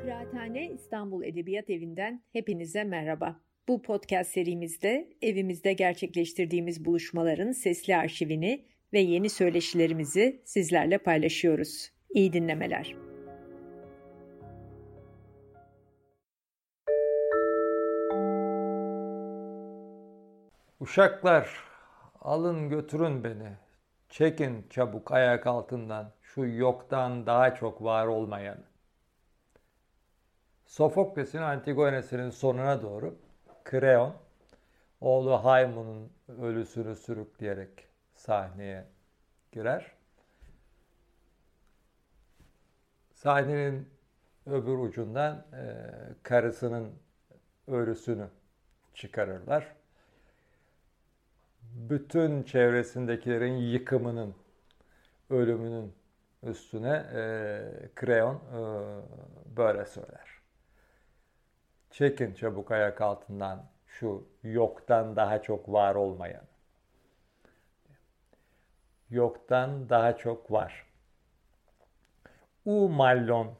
Kıraathane İstanbul Edebiyat Evi'nden hepinize merhaba. Bu podcast serimizde evimizde gerçekleştirdiğimiz buluşmaların sesli arşivini ve yeni söyleşilerimizi sizlerle paylaşıyoruz. İyi dinlemeler. Uşaklar, alın götürün beni. Çekin çabuk ayak altından şu yoktan daha çok var olmayanı. Sofokles'in Antigones'inin sonuna doğru Kreon, oğlu Haymun'un ölüsünü sürükleyerek sahneye girer. Sahnenin öbür ucundan karısının ölüsünü çıkarırlar. Bütün çevresindekilerin yıkımının, ölümünün üstüne Kreon böyle söyler. Çekin çabuk ayak altından şu yoktan daha çok var olmayan. Yoktan daha çok var. Umallon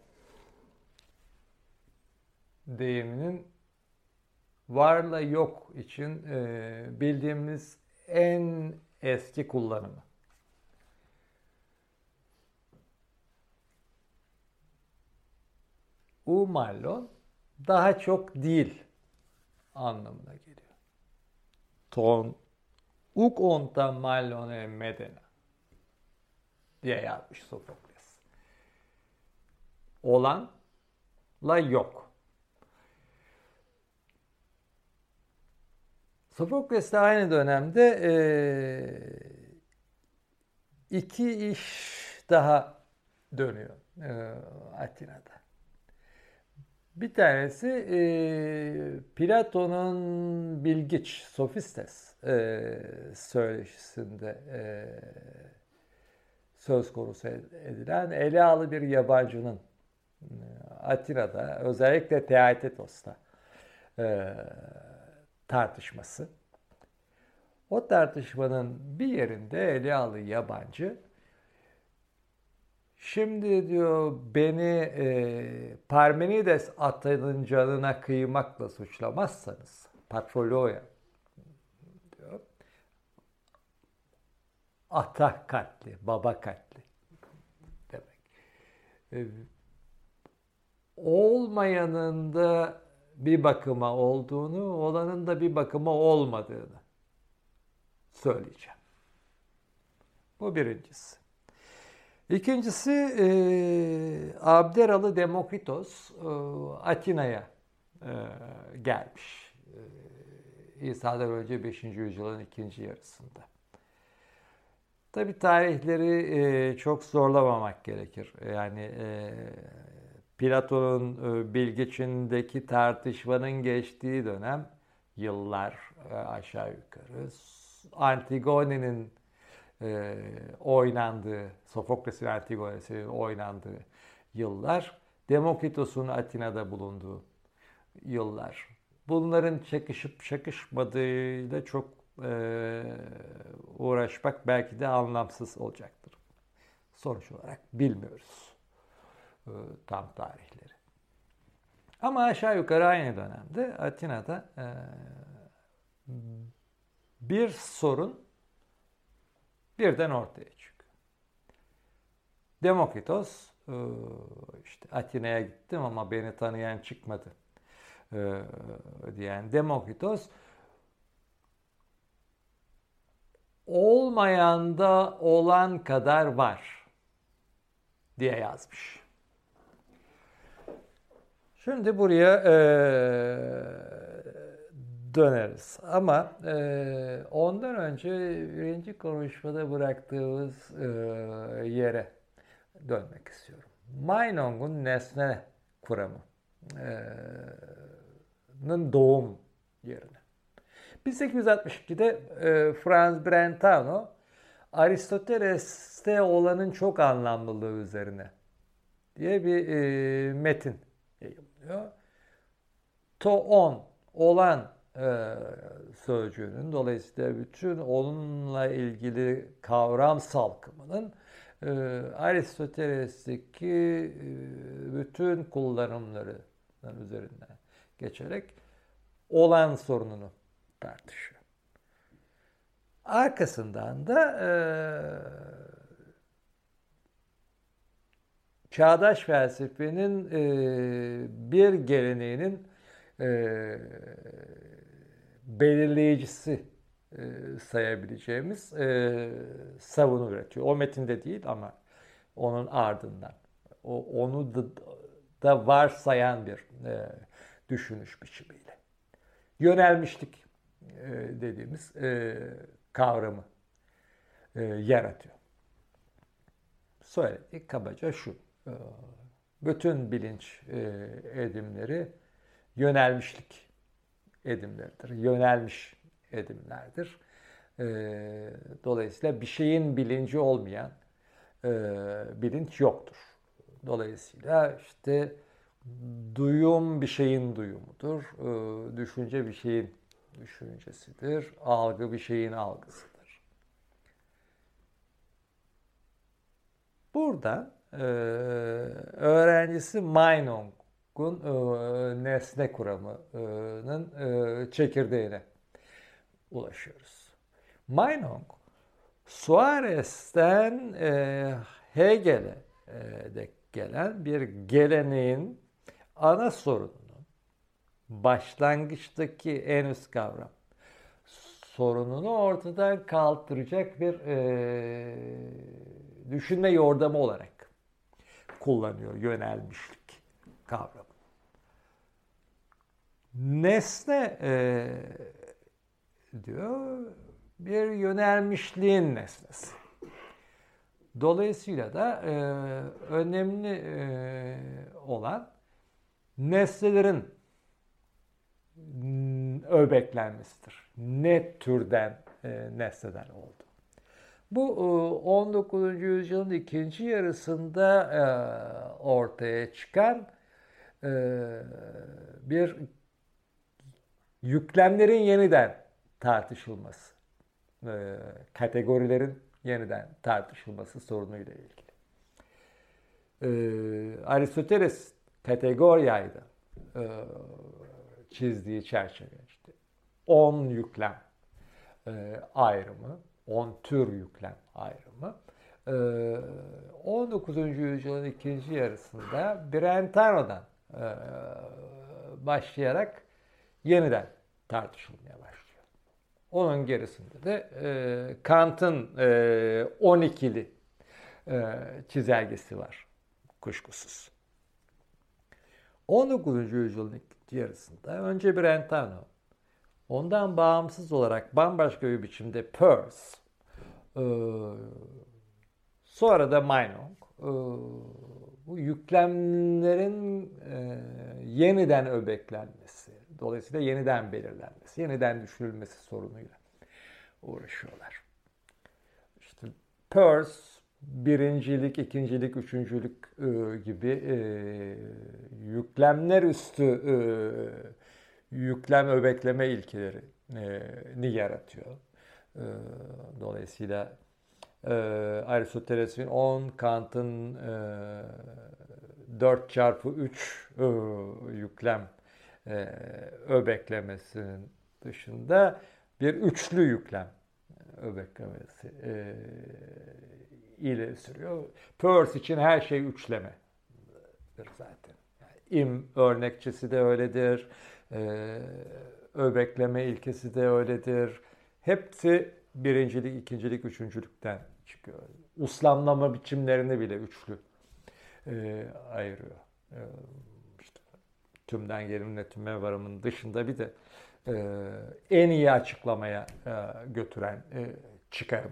deyiminin varla yok için bildiğimiz en eski kullanımı. Umallon daha çok değil anlamına geliyor. Ton uk onta mallone medena diye yazmış Sofokles. Olanla yok. Sofokles de aynı dönemde iki iş daha dönüyor Atina'da. Bir tanesi Platon'un bilgiç Sofistes söyleşisinde söz konusu edilen Elealı bir yabancının Atina'da özellikle Theaetetos'ta tartışması. O tartışmanın bir yerinde Elealı yabancı şimdi diyor beni Parmenides atının canına kıymakla suçlamazsanız patroloya diyor. Ata katli, baba katli demek. Olmayanın da bir bakıma olduğunu, olanın da bir bakıma olmadığını söyleyeceğim. Bu birincisi. İkincisi Abderalı Demokritos Atina'ya gelmiş. İsa'dan önce 5. yüzyılın ikinci yarısında. Tabii tarihleri çok zorlamamak gerekir. Yani Platon'un bilgiçindeki tartışmanın geçtiği dönem yıllar aşağı yukarı. Antigone'nin oynandığı, Sofokles'in Antigone'sinin oynandığı yıllar, Demokritos'un Atina'da bulunduğu yıllar. Bunların çakışıp çakışmadığıyla çok uğraşmak belki de anlamsız olacaktır. Sonuç olarak bilmiyoruz tam tarihleri. Ama aşağı yukarı aynı dönemde Atina'da bir sorun birden ortaya çıkıyor. Demokritos, işte Atina'ya gittim ama beni tanıyan çıkmadı diyen Demokritos, olmayanda olan kadar var diye yazmış. Şimdi buraya döneriz. Ama ondan önce birinci konuşmada bıraktığımız yere dönmek istiyorum. Meinong'un nesne kuramının doğum yerine. 1862'de Franz Brentano Aristoteles'te olanın çok anlamlılığı üzerine diye bir metin yayımlıyor. To olan sözcüğünün dolayısıyla bütün onunla ilgili kavram salkımının Aristoteles'teki bütün kullanımları üzerinden geçerek olan sorununu tartışıyor. Arkasından da çağdaş felsefenin bir geleneğinin belirleyicisi sayabileceğimiz savunu üretiyor. O metinde değil ama onun ardından. Onu da varsayan bir düşünüş biçimiyle. Yönelmişlik dediğimiz kavramı yaratıyor. Söylediği kabaca şu. Bütün bilinç edimleri yönelmişlik edimleridir. Yönelmiş edimlerdir. Dolayısıyla bir şeyin bilinci olmayan bilinç yoktur. Dolayısıyla işte duyum bir şeyin duyumudur. Düşünce bir şeyin düşüncesidir. Algı bir şeyin algısıdır. Burada öğrencisi Meinong'un nesne kuramının çekirdeğine ulaşıyoruz. Meinong, Suarez'ten Hegel'e de gelen bir geleneğin ana sorununu, başlangıçtaki en üst kavram sorununu ortadan kaldıracak bir düşünme yordamı olarak kullanıyor yönelmişlik kavramı. Nesne diyor bir yönelmişliğin nesnesi. Dolayısıyla da önemli olan nesnelerin öbeklenmesidir. Ne türden nesneler oldu. Bu 19. yüzyılın ikinci yarısında ortaya çıkan bir yüklemlerin yeniden tartışılması, kategorilerin yeniden tartışılması sorunuyla ilgili. Aristoteles kategoriyaydı çizdiği çerçeve işte 10 yüklem ayrımı, 10 tür yüklem ayrımı. 19. yüzyılın ikinci yarısında Brentano'dan başlayarak yeniden tartışılmaya başlıyor. Onun gerisinde de Kant'ın 12'li çizelgesi var kuşkusuz. 19. yüzyılın ikinci yarısında önce Brentano, ondan bağımsız olarak bambaşka bir biçimde Peirce, sonra da Meinong bu yüklemlerin yeniden öbeklenmesi, dolayısıyla yeniden belirlenmesi, yeniden düşünülmesi sorunuyla uğraşıyorlar. İşte Peirce, birincilik, ikincilik, üçüncülük gibi yüklemler üstü yüklem öbekleme ilkelerini yaratıyor. Dolayısıyla Aristoteles'in 10, Kant'ın 4x3 yüklem öbeklemesinin dışında bir üçlü yüklem öbeklemesi ile sürüyor. Peirce için her şey üçlemedir zaten. Yani im örnekçesi de öyledir. Öbekleme ilkesi de öyledir. Hepsi birincilik, ikincilik, üçüncülükten çıkıyor. Uslamlama biçimlerini bile üçlü ayırıyor. İşte, tümden gelimle tüme varımın dışında bir de en iyi açıklamaya götüren çıkarım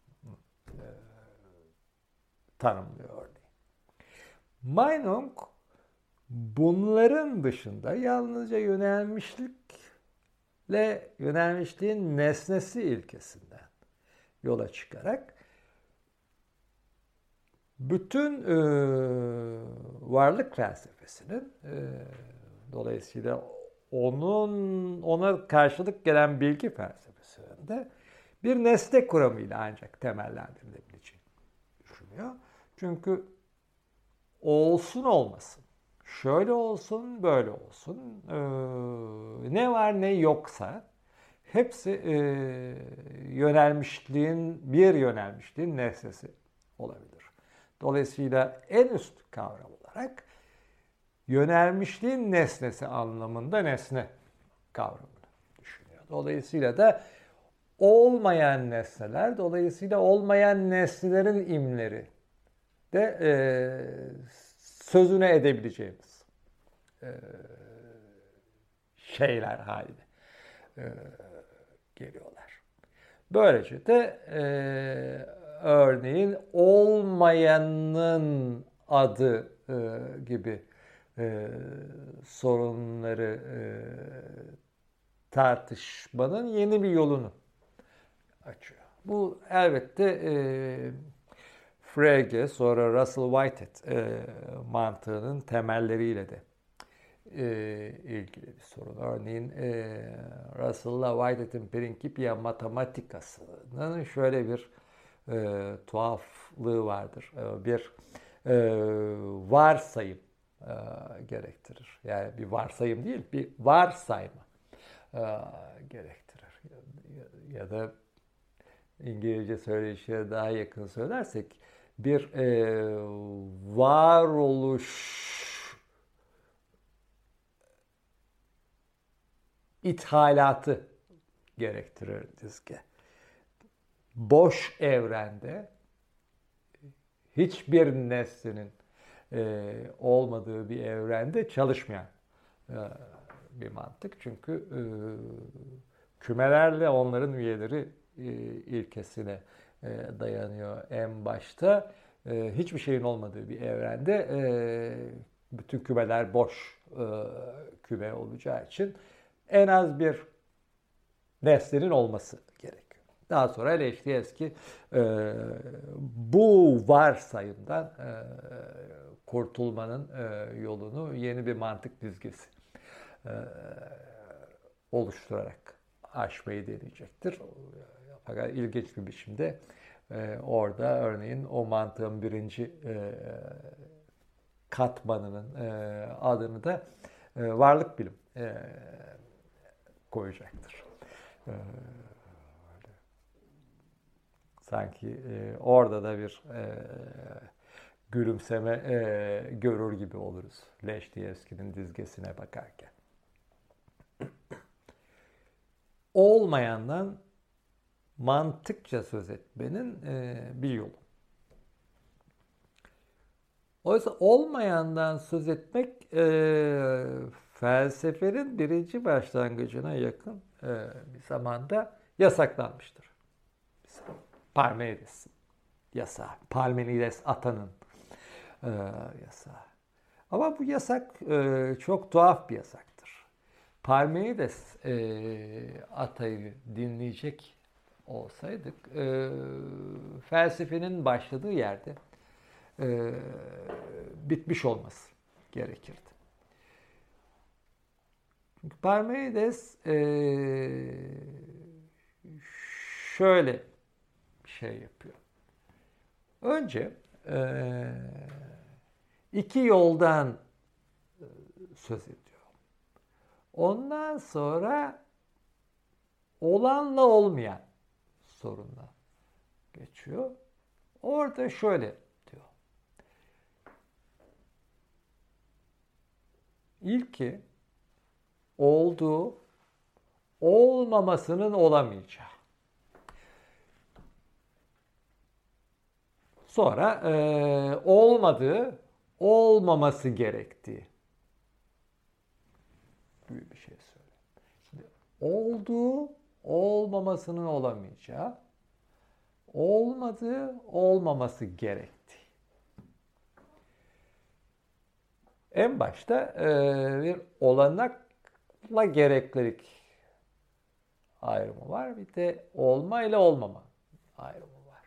tanımlıyor örneğin. Meinong bunların dışında yalnızca yönelmişliğin nesnesi ilkesinden yola çıkarak bütün varlık felsefesinin dolayısıyla ona karşılık gelen bilgi felsefesinde bir nesne kuramıyla ancak temellendirilebileceğini düşünüyor. düşünüyor. Çünkü olsun olmasın, şöyle olsun, böyle olsun, ne var ne yoksa hepsi bir yönelmişliğin nesnesi olabilir. Dolayısıyla en üst kavram olarak yönelmişliğin nesnesi anlamında nesne kavramını düşünüyor. Dolayısıyla da olmayan nesneler, dolayısıyla olmayan nesnelerin imleri de sözüne edebileceğimiz şeyler haline geliyorlar. Böylece de örneğin olmayanın adı gibi sorunları tartışmanın yeni bir yolunu açıyor. Bu elbette Frege, sonra Russell Whitehead mantığının temelleriyle de ilgili bir sorun. Örneğin Russell'la Whitehead'in Principia Mathematicası'nın şöyle bir tuhaflığı vardır. Bir varsayım gerektirir. Yani bir varsayım değil, bir varsayma gerektirir. Ya da İngilizce söyleyişe daha yakın söylersek bir varoluş ithalatı gerektirir dizge. Boş evrende hiçbir nesnenin olmadığı bir evrende çalışmayan bir mantık. Çünkü kümelerle onların üyeleri ilkesine dayanıyor en başta. Hiçbir şeyin olmadığı bir evrende bütün kümeler boş küme olacağı için en az bir nesnenin olması gerekiyor. Daha sonra Leştievski bu varsayımdan kurtulmanın yolunu yeni bir mantık dizgesi oluşturarak aşmayı deneyecektir. Fakat ilginç bir biçimde orada örneğin o mantığın birinci katmanının adını da varlık bilim koyacaktır. Sanki orada da bir gülümseme görür gibi oluruz Leştievski'nin dizgesine bakarken. Olmayandan mantıkça söz etmenin bir yolu. Oysa olmayandan söz etmek felsefenin birinci başlangıcına yakın bir zamanda yasaklanmıştır. Parmenides yasağı, Parmenides Atan'ın yasağı. Ama bu yasak çok tuhaf bir yasaktır. Parmenides Ata'yı dinleyecek olsaydık felsefenin başladığı yerde bitmiş olması gerekirdi. Çünkü Parmenides şöyle bir şey yapıyor. Önce iki yoldan söz ediyor. Ondan sonra olanla olmayan sorunla geçiyor. Orada şöyle diyor. İlki olduğu, olmamasının olamayacağı. Sonra olmadığı, olmaması gerektiği gibi bir şey söylüyor. Şimdi olduğu, olmamasının olamayacağı, olmadığı, olmaması gerektiği. En başta bir olanakla gereklilik ayrımı var. Bir de olma ile olmama ayrımı var.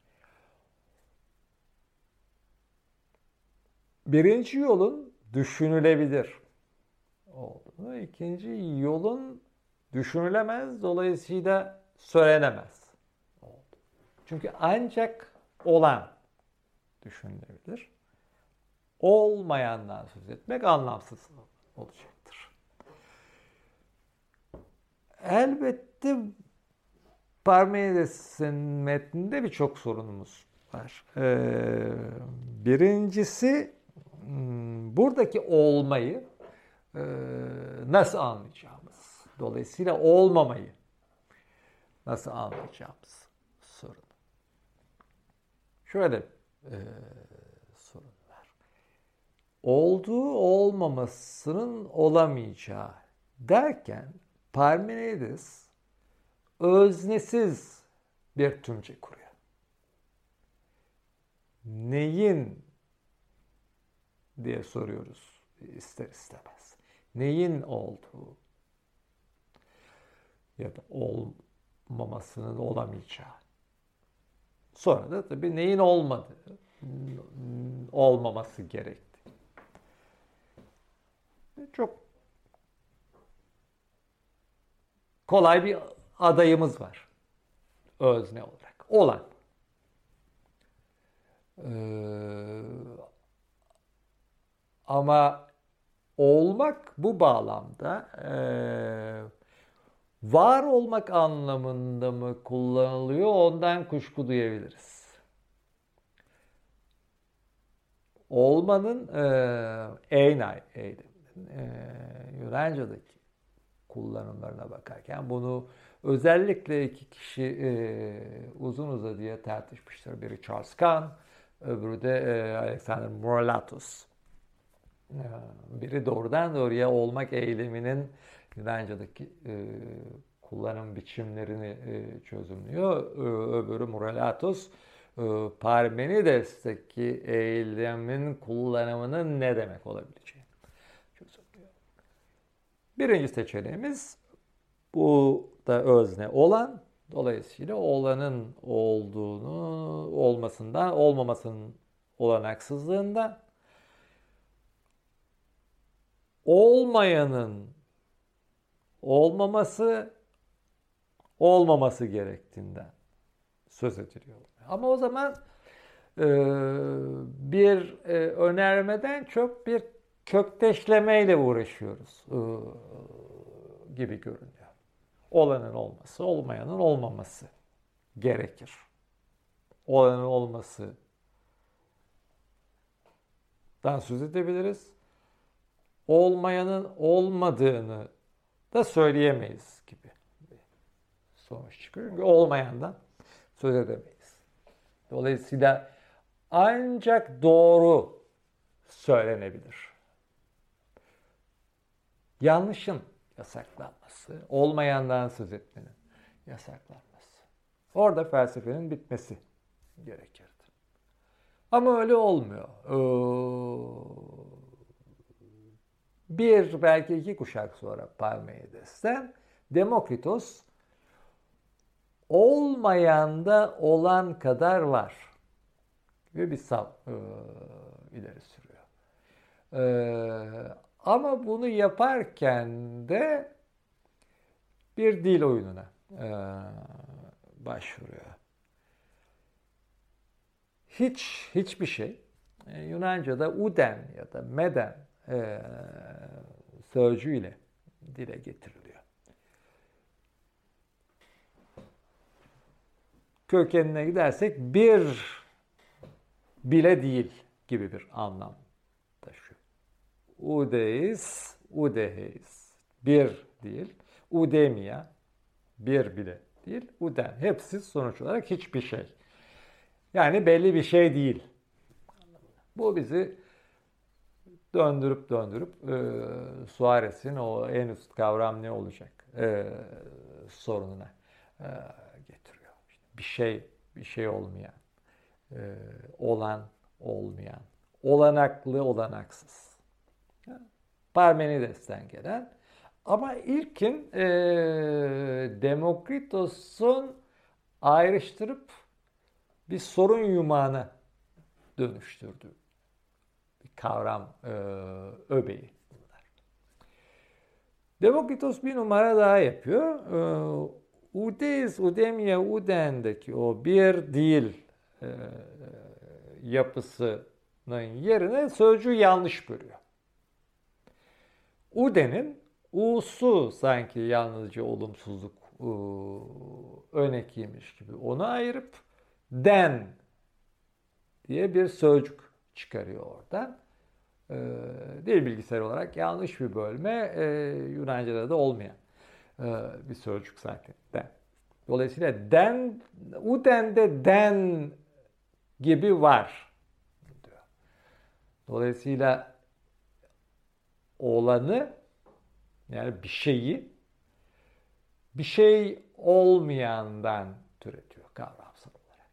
Birinci yolun düşünülebilir olduğunu, ikinci yolun düşünülemez, dolayısıyla söylenemez oldu. Çünkü ancak olan düşünülebilir. Olmayandan söz etmek anlamsız olacaktır. Elbette Parmenides'in metninde birçok sorunumuz var. Birincisi buradaki olmayı nasıl anlayacağımız. Dolayısıyla olmamayı nasıl anlayacağımız sorun. Şöyle sorun var. Olduğu olmamasının olamayacağı derken Parmenides öznesiz bir tümce kuruyor. Neyin diye soruyoruz ister istemez. Neyin olduğu ya da olmamasının olamayacağı. Sonra da tabii neyin olmadığı, olmaması gerektiği. Çok kolay bir adayımız var. Özne olarak. Olan. Ama olmak bu bağlamda var olmak anlamında mı kullanılıyor, ondan kuşku duyabiliriz. Olmanın einai eyleminin Yunanca'daki kullanımlarına bakarken bunu özellikle iki kişi uzun uzadıya tartışmıştır. Biri Charles Kahn, öbürü de Alexander Moralatos. Biri doğrudan doğruya olmak eyleminin Yunanca'daki kullanım biçimlerini çözümlüyor. Öbürü Moralatos, Parmenides'teki eylemin kullanımının ne demek olabileceğini çözümlüyor. Birinci seçeneğimiz bu da özne olan. Dolayısıyla olanın olduğunu, olmasından, olmamasının olanaksızlığından, olmayanın olmaması gerektiğinden söz ediliyor. Ama o zaman bir önermeden çok bir kökleşlemeyle uğraşıyoruz gibi görünüyor. Olanın olması, olmayanın olmaması gerekir. Olanın olmasından söz edebiliriz. Olmayanın olmadığını da söyleyemeyiz gibi sonuç çıkıyor. Çünkü olmayandan söz edemeyiz. Dolayısıyla ancak doğru söylenebilir. Yanlışın yasaklanması, olmayandan söz etmenin yasaklanması. Orada felsefenin bitmesi gerekirdi. Ama öyle olmuyor. Bir, belki iki kuşak sonra Parmenides'ten Demokritos olmayanda olan kadar var gibi bir sav ileri sürüyor. Ama bunu yaparken de bir dil oyununa başvuruyor. Hiçbir şey Yunanca'da uden ya da meden sözcüğüyle dile getiriliyor. Kökenine gidersek bir bile değil gibi bir anlam taşıyor. Udeis, udeheis. Bir değil. Udemia, bir bile değil. Uden. Hepsi sonuç olarak hiçbir şey. Yani belli bir şey değil. Bu bizi döndürüp Suarez'in o en üst kavram ne olacak sorununa getiriyor. İşte bir şey olmayan, olan olmayan, olanaklı olanaksız. Parmenides'ten gelen ama ilkin Demokritos'un ayrıştırıp bir sorun yumağına dönüştürdüğü bir kavram öbeği bunlar. Demokritos bir numara daha yapıyor. Udeis, udemia, uden'deki o bir değil yapısının yerine sözcüğü yanlış bölüyor. U'denin U'su sanki yalnızca olumsuzluk örnekiymiş gibi onu ayırıp den diye bir sözcük çıkarıyor oradan. Dil bilgisayar olarak yanlış bir bölme, Yunanca'da da olmayan bir sözcük zaten. Den. Dolayısıyla den, Uden'de den gibi var diyor. Dolayısıyla olanı, yani bir şeyi bir şey olmayandan türetiyor kavramsal olarak.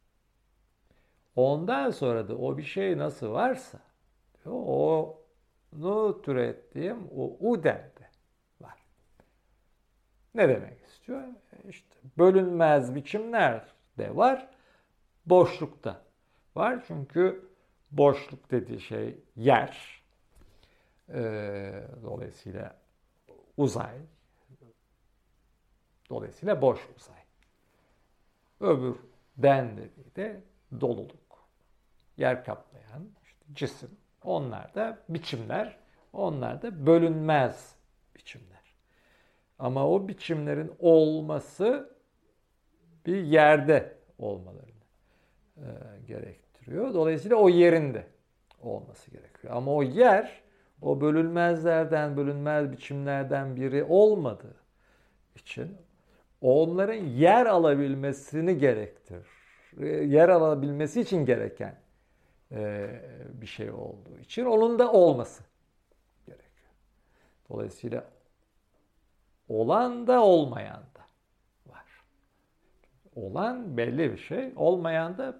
Ondan sonra da o bir şey nasıl varsa diyor, onu türettiğim o Uden'de var. Ne demek istiyor? İşte bölünmez biçimler de var, boşlukta var. Çünkü boşluk dediği şey yer. Dolayısıyla uzay. Dolayısıyla boş uzay. Öbür den dediği de doluluk. Yer kaplayan işte cisim. Onlar da biçimler. Onlar da bölünmez biçimler. Ama o biçimlerin olması bir yerde olmalarını gerektiriyor. Dolayısıyla o yerinde olması gerekiyor. Ama o yer o bölünmezlerden, bölünmez biçimlerden biri olmadığı için onların yer alabilmesini gerektirir. Yer alabilmesi için gereken bir şey olduğu için onun da olması gerekiyor. Dolayısıyla olan da olmayan da var. Olan belli bir şey, olmayan da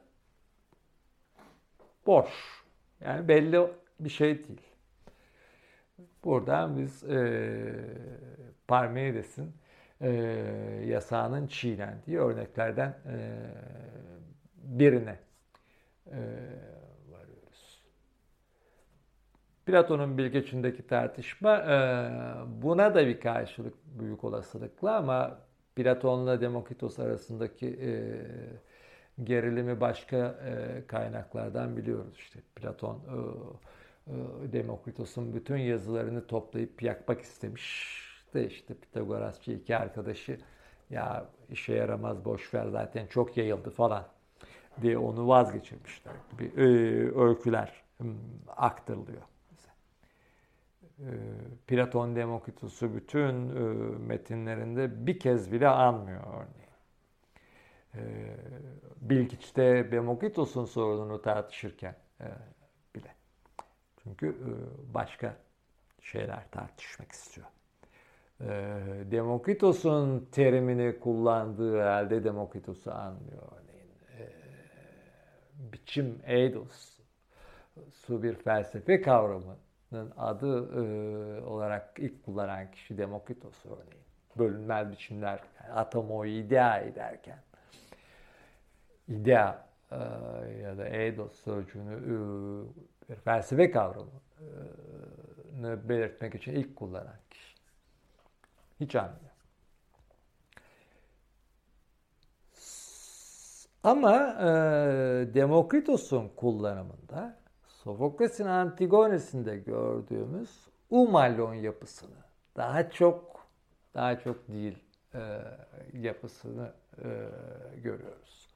boş. Yani belli bir şey değil. Buradan biz Parmenides'in yasağının çiğnendiği örneklerden birine varıyoruz. Platon'un bilgeçindeki tartışma buna da bir karşılık büyük olasılıkla, ama Platon'la Demokritos arasındaki gerilimi başka kaynaklardan biliyoruz. İşte Platon Demokritos'un bütün yazılarını toplayıp yakmak istemiş. De işte Pitagorasçı iki arkadaşı ya işe yaramaz, boş ver zaten çok yayıldı falan diye onu vazgeçirmişler gibi öyküler aktarılıyor. Platon Demokritos'u bütün metinlerinde bir kez bile anmıyor örneğin. Bilgiç'te Demokritos'un sorununu tartışırken bile. Çünkü başka şeyler tartışmak istiyor. Demokritos'un terimini kullandığı halde Demokritos'u anlıyor örneğin. Biçim eidos su bir felsefe kavramının adı olarak ilk kullanan kişi Demokritos örneğin. Bölünmez biçimler, yani atomo idea ederken idea ya da eidos sözcüğünü bir felsefe kavramını belirtmek için ilk kullanan kişi. Hiç anlıyor. Ama Demokritos'un kullanımında Sofokles'in Antigones'inde gördüğümüz umallon yapısını daha çok değil yapısını görüyoruz.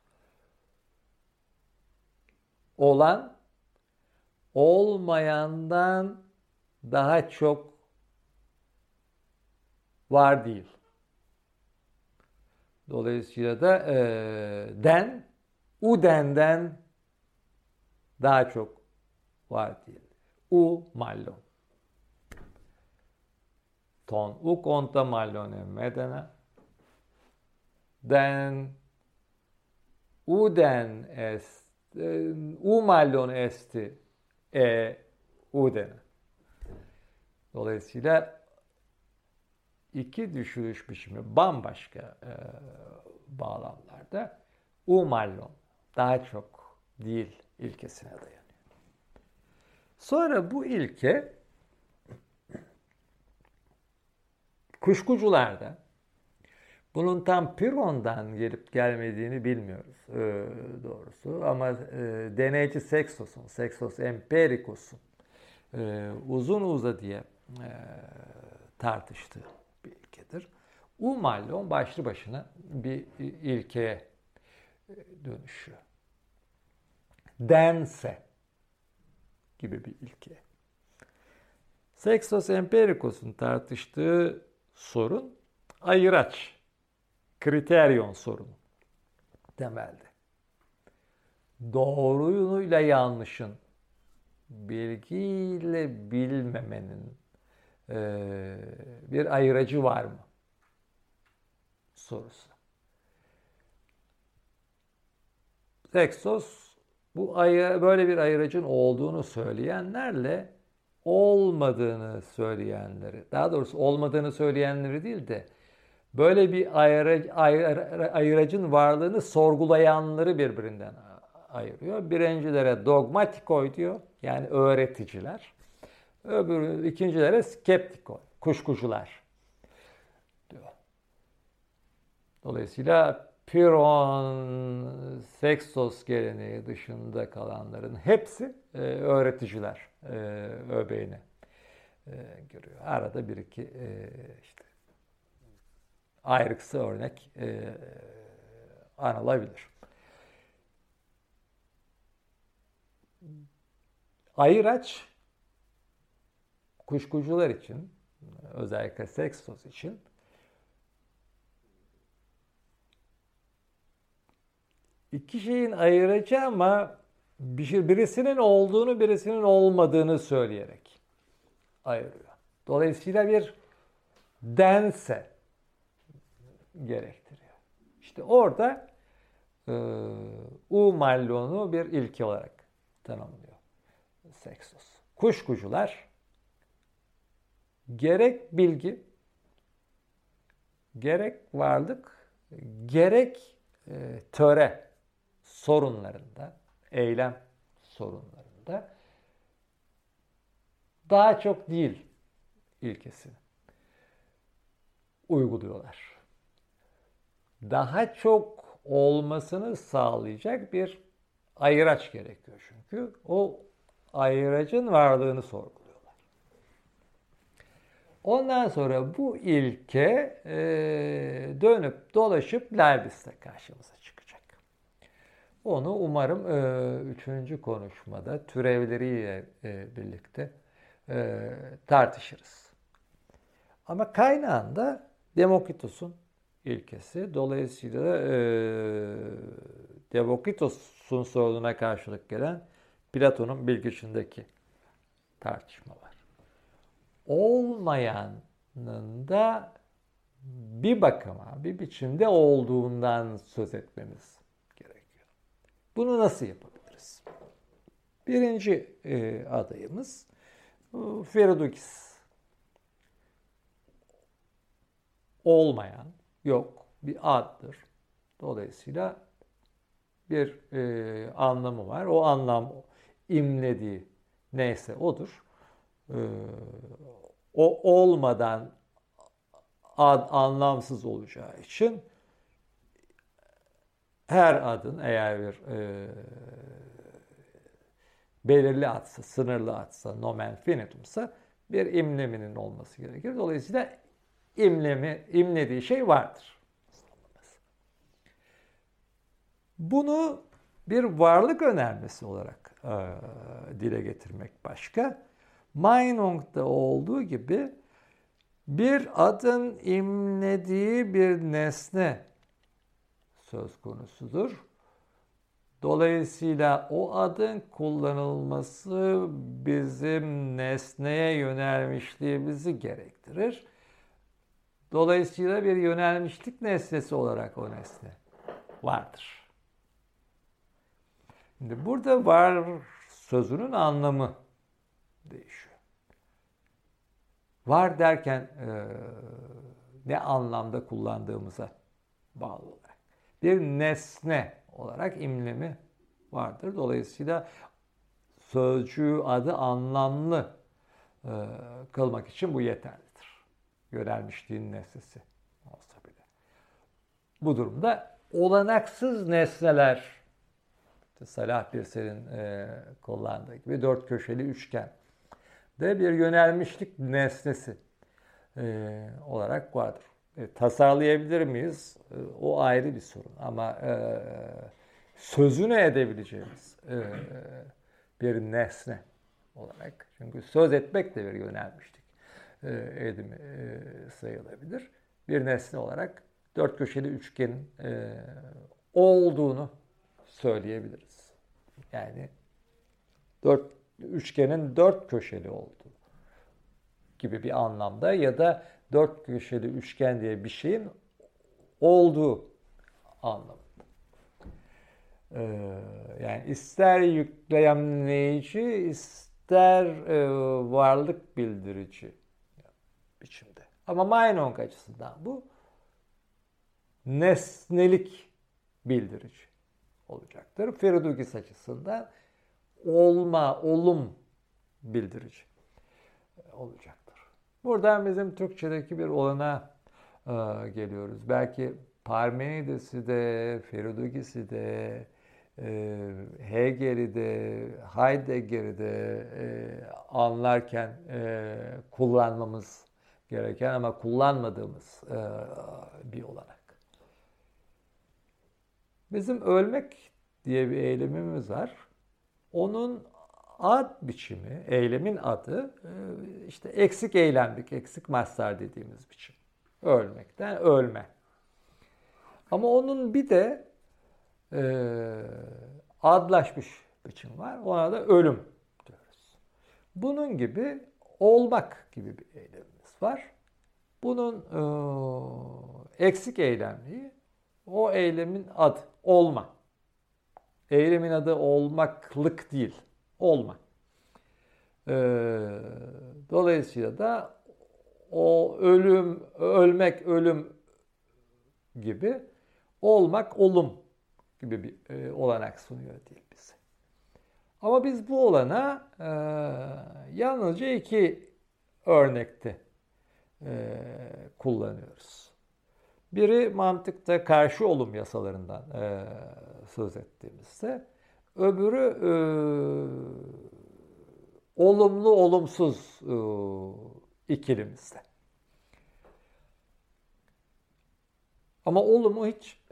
Olan olmayandan daha çok var değil. Dolayısıyla da den, udenden daha çok var değil. U mallon. Ton u conta mallone medena. Den uden est u mallon esti udena. Dolayısıyla iki düşürüş biçimi bambaşka bağlamlarda umallon daha çok değil ilkesine dayanıyor. Sonra bu ilke kuşkucularda Bunun tam Pyrrhon'dan gelip gelmediğini bilmiyoruz doğrusu. Ama deneyci Sextos Empiricus'un uzun uzadıya tartıştığı bir ilkedir. Umallon başlı başına bir ilkeye dönüşüyor. Dense gibi bir ilke. Sextus Empiricus'un tartıştığı sorun ayıraç, kriteryon sorunu temelde. Doğruyla yanlışın, bilgiyle bilmemenin bir ayıracı var mı sorusu. Sextus böyle bir ayıracın olduğunu söyleyenlerle olmadığını söyleyenleri, daha doğrusu olmadığını söyleyenleri değil de böyle bir ayıracın varlığını sorgulayanları birbirinden ayırıyor. Birincilere dogmatikoi diyor, yani öğreticiler. İkincilere skeptikoi, kuşkucular diyor. Dolayısıyla Pyrrhon, Sextus geleneği dışında kalanların hepsi öğreticiler öbeğine giriyor. Arada bir iki işte ayrıksı örnek anılabilir. Ayıraç kuşkucular için, özellikle Sextus için iki şeyin ayıracı ama birisinin olduğunu, birisinin olmadığını söyleyerek ayırıyor. Dolayısıyla bir dense gerektiriyor. İşte orada Umallon'u bir ilke olarak tanımlıyor Sextus. Kuşkucular gerek bilgi, gerek varlık, gerek töre sorunlarında, eylem sorunlarında daha çok değil ilkesini uyguluyorlar. Daha çok olmasını sağlayacak bir ayıraç gerekiyor çünkü. O ayıracın varlığını sorguluyorlar. Ondan sonra bu ilke dönüp dolaşıp Leibniz'te karşımıza çıkacak. Onu umarım 3. konuşmada türevleriyle birlikte tartışırız. Ama kaynağında Demokritos'un ilkesi. Dolayısıyla Demokritos'un sorununa karşılık gelen Platon'un bilgisindeki tartışma var. Olmayanın da bir bakıma, bir biçimde olduğundan söz etmemiz gerekiyor. Bunu nasıl yapabiliriz? Birinci adayımız Ferudokis. Olmayan, yok, bir addır. Dolayısıyla bir anlamı var. O anlam imlediği neyse odur. O olmadan ad anlamsız olacağı için her adın eğer bir belirli adsa, sınırlı adsa, nomen finitumsa bir imleminin olması gerekir. Dolayısıyla imlediği şey vardır. Bunu bir varlık önermesi olarak dile getirmek başka. Meinong'da olduğu gibi bir adın imlediği bir nesne söz konusudur. Dolayısıyla o adın kullanılması bizim nesneye yönelmişliğimizi gerektirir. Dolayısıyla bir yönelmişlik nesnesi olarak o nesne vardır. Şimdi burada var sözünün anlamı değişiyor. Var derken ne anlamda kullandığımıza bağlı olarak. Bir nesne olarak imlemi vardır. Dolayısıyla sözcüğü adı anlamlı kılmak için bu yeterlidir. Yönelmişliğin nesnesi olsa bile. Bu durumda olanaksız nesneler, Salah Birsel'in kullandığı gibi dört köşeli üçgen de bir yönelmişlik nesnesi olarak vardır. Tasarlayabilir miyiz? O ayrı bir sorun. Ama sözünü edebileceğimiz bir nesne olarak. Çünkü söz etmek de bir yönelmişlik edimi sayılabilir. Bir nesne olarak dört köşeli üçgenin olduğunu söyleyebiliriz. Yani üçgenin dört köşeli olduğu gibi bir anlamda ya da dört köşeli üçgen diye bir şeyin olduğu anlamında. Yani ister yükleyemleyici, ister varlık bildirici biçimde. Ama Meinong açısından bu nesnelik bildirici olacaktır. Ferudugis açısından olum bildirici olacaktır. Buradan bizim Türkçedeki bir olana geliyoruz. Belki Parmenides'i de, Ferudugis'i de, Hegel'i de, Heidegger'i de anlarken kullanmamız gereken ama kullanmadığımız bir olanak. Bizim ölmek diye bir eylemimiz var. Onun ad biçimi, eylemin adı işte eksik eylemlik, eksik mastar dediğimiz biçim. Ölmekten ölme. Ama onun bir de adlaşmış biçim var. Ona da ölüm diyoruz. Bunun gibi olmak gibi bir eylemimiz var. Bunun eksik eylemliği o eylemin adı olma. Eylemin adı olmaklık değil, olma. Dolayısıyla da o ölmek, ölüm gibi olmak, olum gibi bir olanak sunuyor diye bize. Ama biz bu olana yalnızca iki örnekte kullanıyoruz. Biri mantıkta karşı olum yasalarından söz ettiğimizde, öbürü olumlu olumsuz ikilimizde. Ama olumu hiç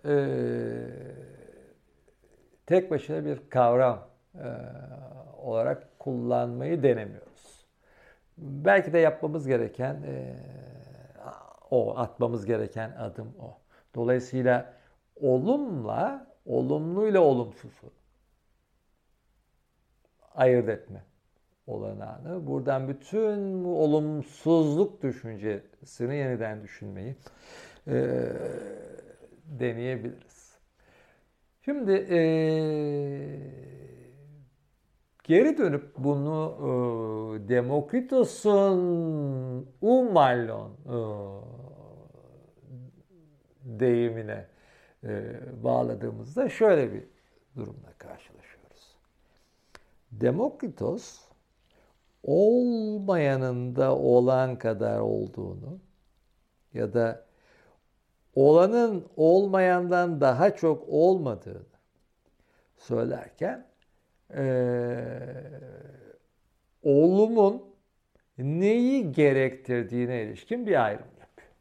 tek başına bir kavram olarak kullanmayı denemiyoruz. Belki de yapmamız gereken atmamız gereken adım o. Dolayısıyla olumluyla olumsuzu ayırt etme olanağını, buradan bütün bu olumsuzluk düşüncesini yeniden düşünmeyi deneyebiliriz. Şimdi geri dönüp bunu Demokritos'un umallon deyimine bağladığımızda şöyle bir durumla karşılaşıyoruz. Demokritos olmayanın da olan kadar olduğunu ya da olanın olmayandan daha çok olmadığını söylerken olumun neyi gerektirdiğine ilişkin bir ayrım yapıyor.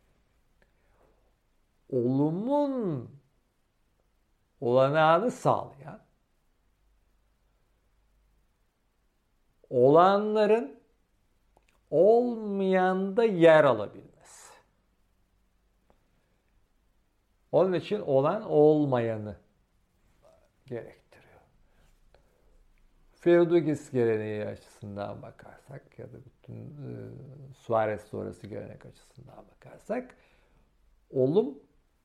Olumun olanağını sağlayan, olanların olmayanda yer alabilmesi. Onun için olan olmayanı gerektiriyor. Ferudugis geleneği açısından bakarsak ya da bütün Suarez sonrası gelenek açısından bakarsak olum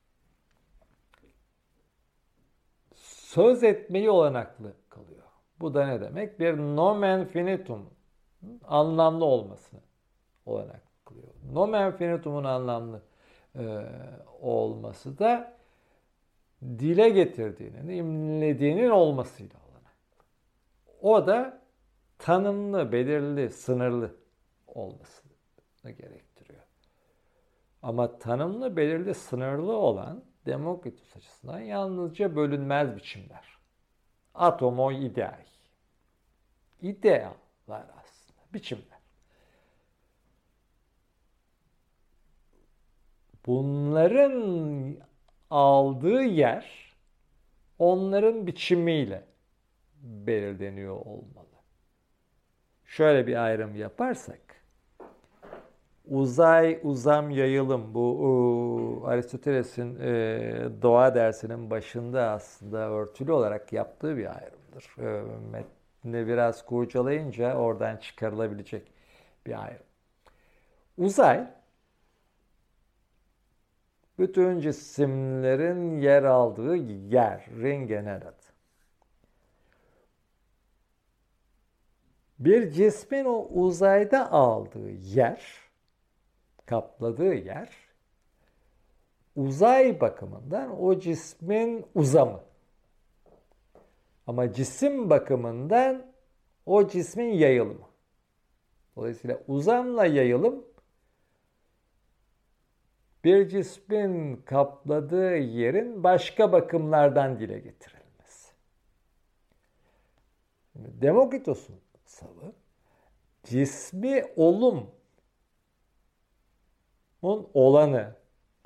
söz etmeyi olanaklı kalıyor. Bu da ne demek? Bir nomen finitum anlamlı olmasını olanak kılıyor. Nomen finitum'un anlamlı olması da dile getirdiğinin, imlediğinin olmasıyla olanak. O da tanımlı, belirli, sınırlı olmasını gerektiriyor. Ama tanımlı, belirli, sınırlı olan Demokritos açısından yalnızca bölünmez biçimler. Atomoi idei. İdealar aslında, biçimler. Bunların aldığı yer onların biçimiyle belirleniyor olmalı. Şöyle bir ayrım yaparsak, uzay, uzam, yayılım, bu Aristoteles'in doğa dersinin başında aslında örtülü olarak yaptığı bir ayrımdır. Metni biraz kurcalayınca oradan çıkarılabilecek bir ayrım. Uzay, bütün cisimlerin yer aldığı yer, ringenerat. Bir cismin o uzayda aldığı yer, kapladığı yer, uzay bakımından o cismin uzamı. Ama cisim bakımından o cismin yayılımı. Dolayısıyla uzamla yayılım bir cismin kapladığı yerin başka bakımlardan dile getirilmesi. Demokritos'un savı, cismi olumun olanı,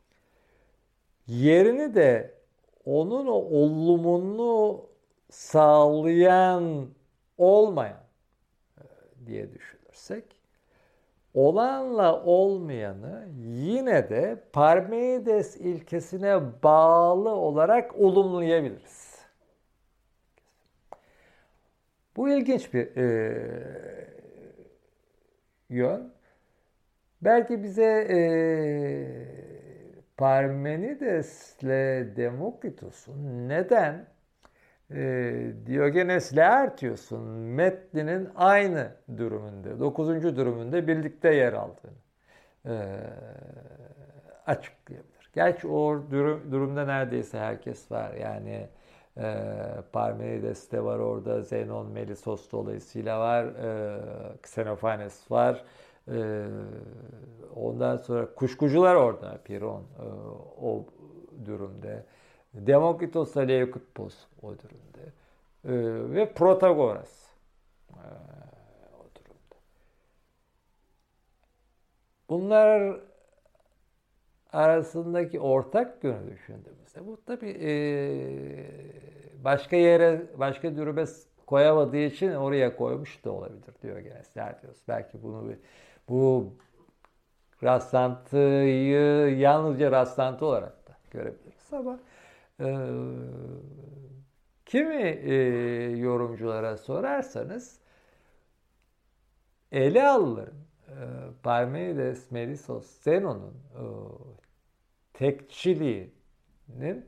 yerini de onun olumunu sağlayan, olmayan diye düşünürsek, olanla olmayanı yine de Parmenides ilkesine bağlı olarak olumlayabiliriz. Bu ilginç bir yön. Belki bize Parmenides'le Demokritos'un neden Diogenes Laertios'un metninin aynı durumunda, 9. durumunda birlikte yer aldığını açıklayabilir. Gerçi o durumda neredeyse herkes var. Yani Parmenides de var orada, Zenon, Melisos dolayısıyla var, Xenophanes var. Ondan sonra kuşkucular orada, Piron o durumda. Demokritos ile Leukippos o durumda. Ve Protagoras o durumda. Bunlar arasındaki ortak yönü düşündüğümüzde bu tabii başka yere, başka dürüme koyamadığı için oraya koymuş da olabilir diyor Laertios. Belki bu rastlantıyı yalnızca rastlantı olarak da görebiliriz ama kimi yorumculara sorarsanız Elealıların Parmenides, Melisos, Zenon'un tekçiliğinin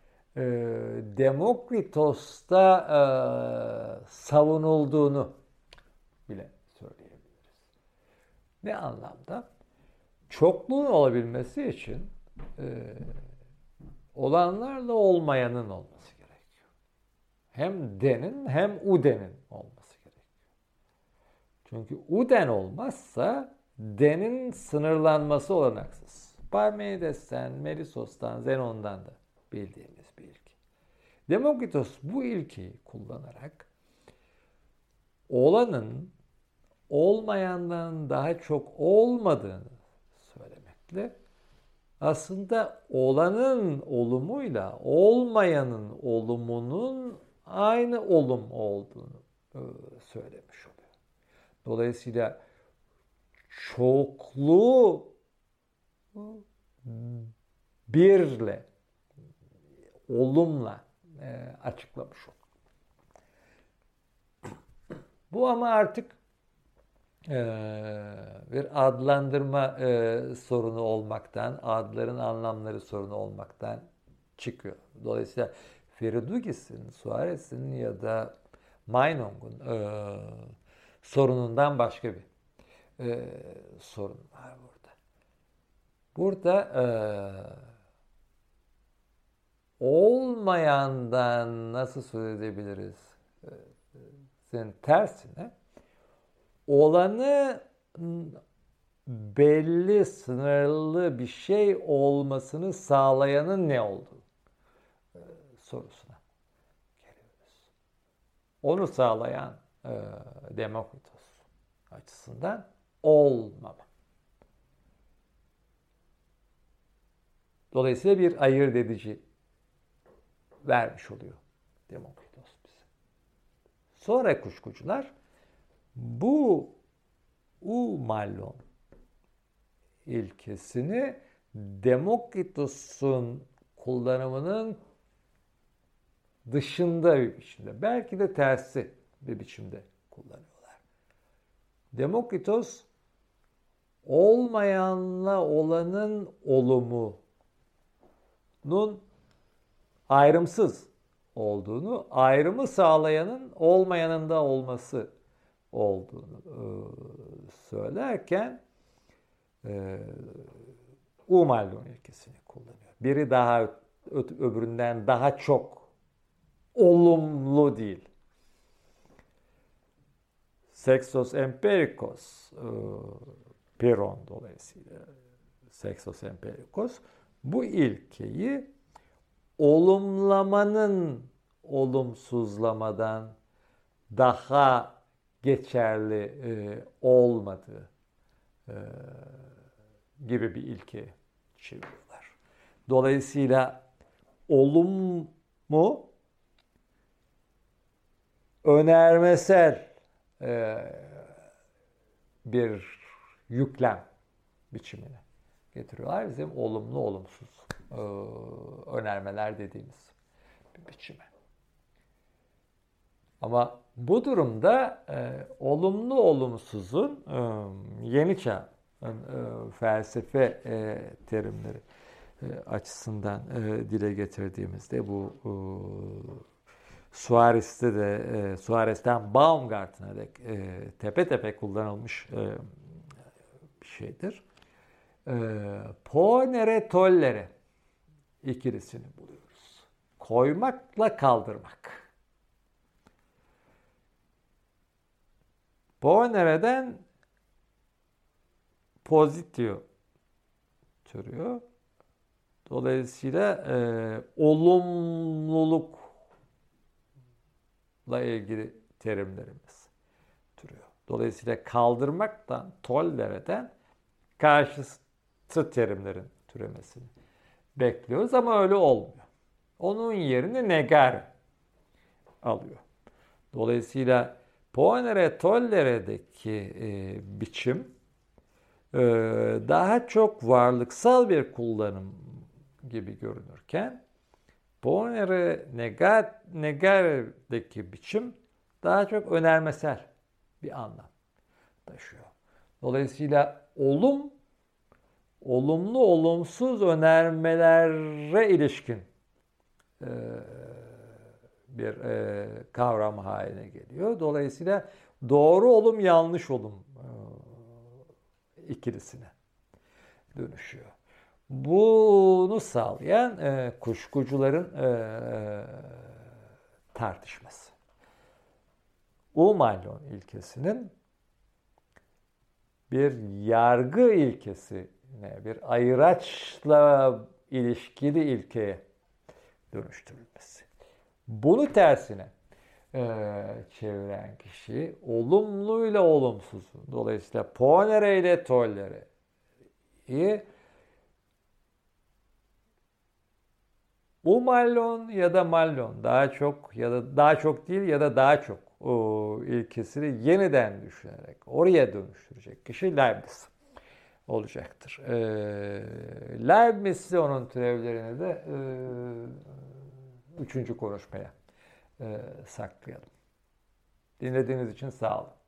Demokritos'ta savunulduğunu bile söyleyebiliriz. Ne anlamda? Çokluğun olabilmesi için olanlarla olmayanın olması gerekiyor. Hem denin hem udenin olması gerekiyor. Çünkü uden olmazsa denin sınırlanması olanaksız. Parmenides'ten, Melisos'tan, Zenon'dan da bildiğimiz bir ilke. Demokritos bu ilkeyi kullanarak olanın olmayandan daha çok olmadığını söylemekle aslında olanın olumuyla olmayanın olumunun aynı olum olduğunu söylemiş oluyor. Dolayısıyla çokluğu birle, olumla açıklamış oluyor. Bu ama artık bir adlandırma sorunu olmaktan, adların anlamları sorunu olmaktan çıkıyor. Dolayısıyla Feridugis'in, Suarez'in ya da Meinong'un sorunundan başka bir sorun var burada. Burada olmayandan nasıl söz edebiliriz? Senin tersine olanı belli, sınırlı bir şey olmasını sağlayanın ne olduğu sorusuna geliyoruz. Onu sağlayan Demokritos açısından olmama. Dolayısıyla bir ayırt edici vermiş oluyor Demokritos bize. Sonra kuşkucular bu Umallon ilkesini Demokritos'un kullanımının dışında bir biçimde, belki de tersi bir biçimde kullanıyorlar. Demokritos olmayanla olanın olumunun ayrımsız olduğunu, ayrımı sağlayanın olmayanında olması olduğunu söylerken Umallon ilkesini kullanıyor. Biri daha öbüründen daha çok olumlu değil. Sextos empirikos, Pyrrhon dolayısıyla Sextos empirikos bu ilkeyi olumlamanın olumsuzlamadan daha geçerli olmadığı gibi bir ilke çeviriyorlar. Dolayısıyla olumlu önermesel bir yüklem biçimine getiriyorlar. Bizim olumlu olumsuz önermeler dediğimiz bir biçime. Ama bu durumda olumlu olumsuzun yeni çağ felsefe terimleri açısından dile getirdiğimizde bu Suarez'ten Baumgarten'a dek tepe tepe kullanılmış bir şeydir. Ponere tollere ikilisini buluyoruz. Koymakla kaldırmak. Ponere'den positio türüyor. Dolayısıyla olumlulukla ilgili terimlerimiz türüyor. Dolayısıyla kaldırmaktan, tollereden karşıtı terimlerin türemesini bekliyoruz ama öyle olmuyor. Onun yerini negar alıyor. Dolayısıyla ponere tollere'deki biçim daha çok varlıksal bir kullanım gibi görünürken ponere negare'deki biçim daha çok önermesel bir anlam taşıyor. Dolayısıyla olumlu olumsuz önermelere ilişkin bir kavram haline geliyor. Dolayısıyla doğru olum yanlış olum ikilisine dönüşüyor. Bunu sağlayan kuşkucuların tartışması. Umallon ilkesinin bir yargı ilkesine, bir ayıraçla ilişkili ilkeye dönüştürülmesi. Bunu tersine çeviren kişi olumluyla olumsuz. Dolayısıyla ponere ile tollere'yi Umallon ya da Mallon daha çok ya da daha çok değil ya da daha çok ilkesini yeniden düşünerek oraya dönüştürecek kişi Leibniz olacaktır. Leibniz'i onun türevlerini de 3. konuşmaya saklayalım. Dinlediğiniz için sağ olun.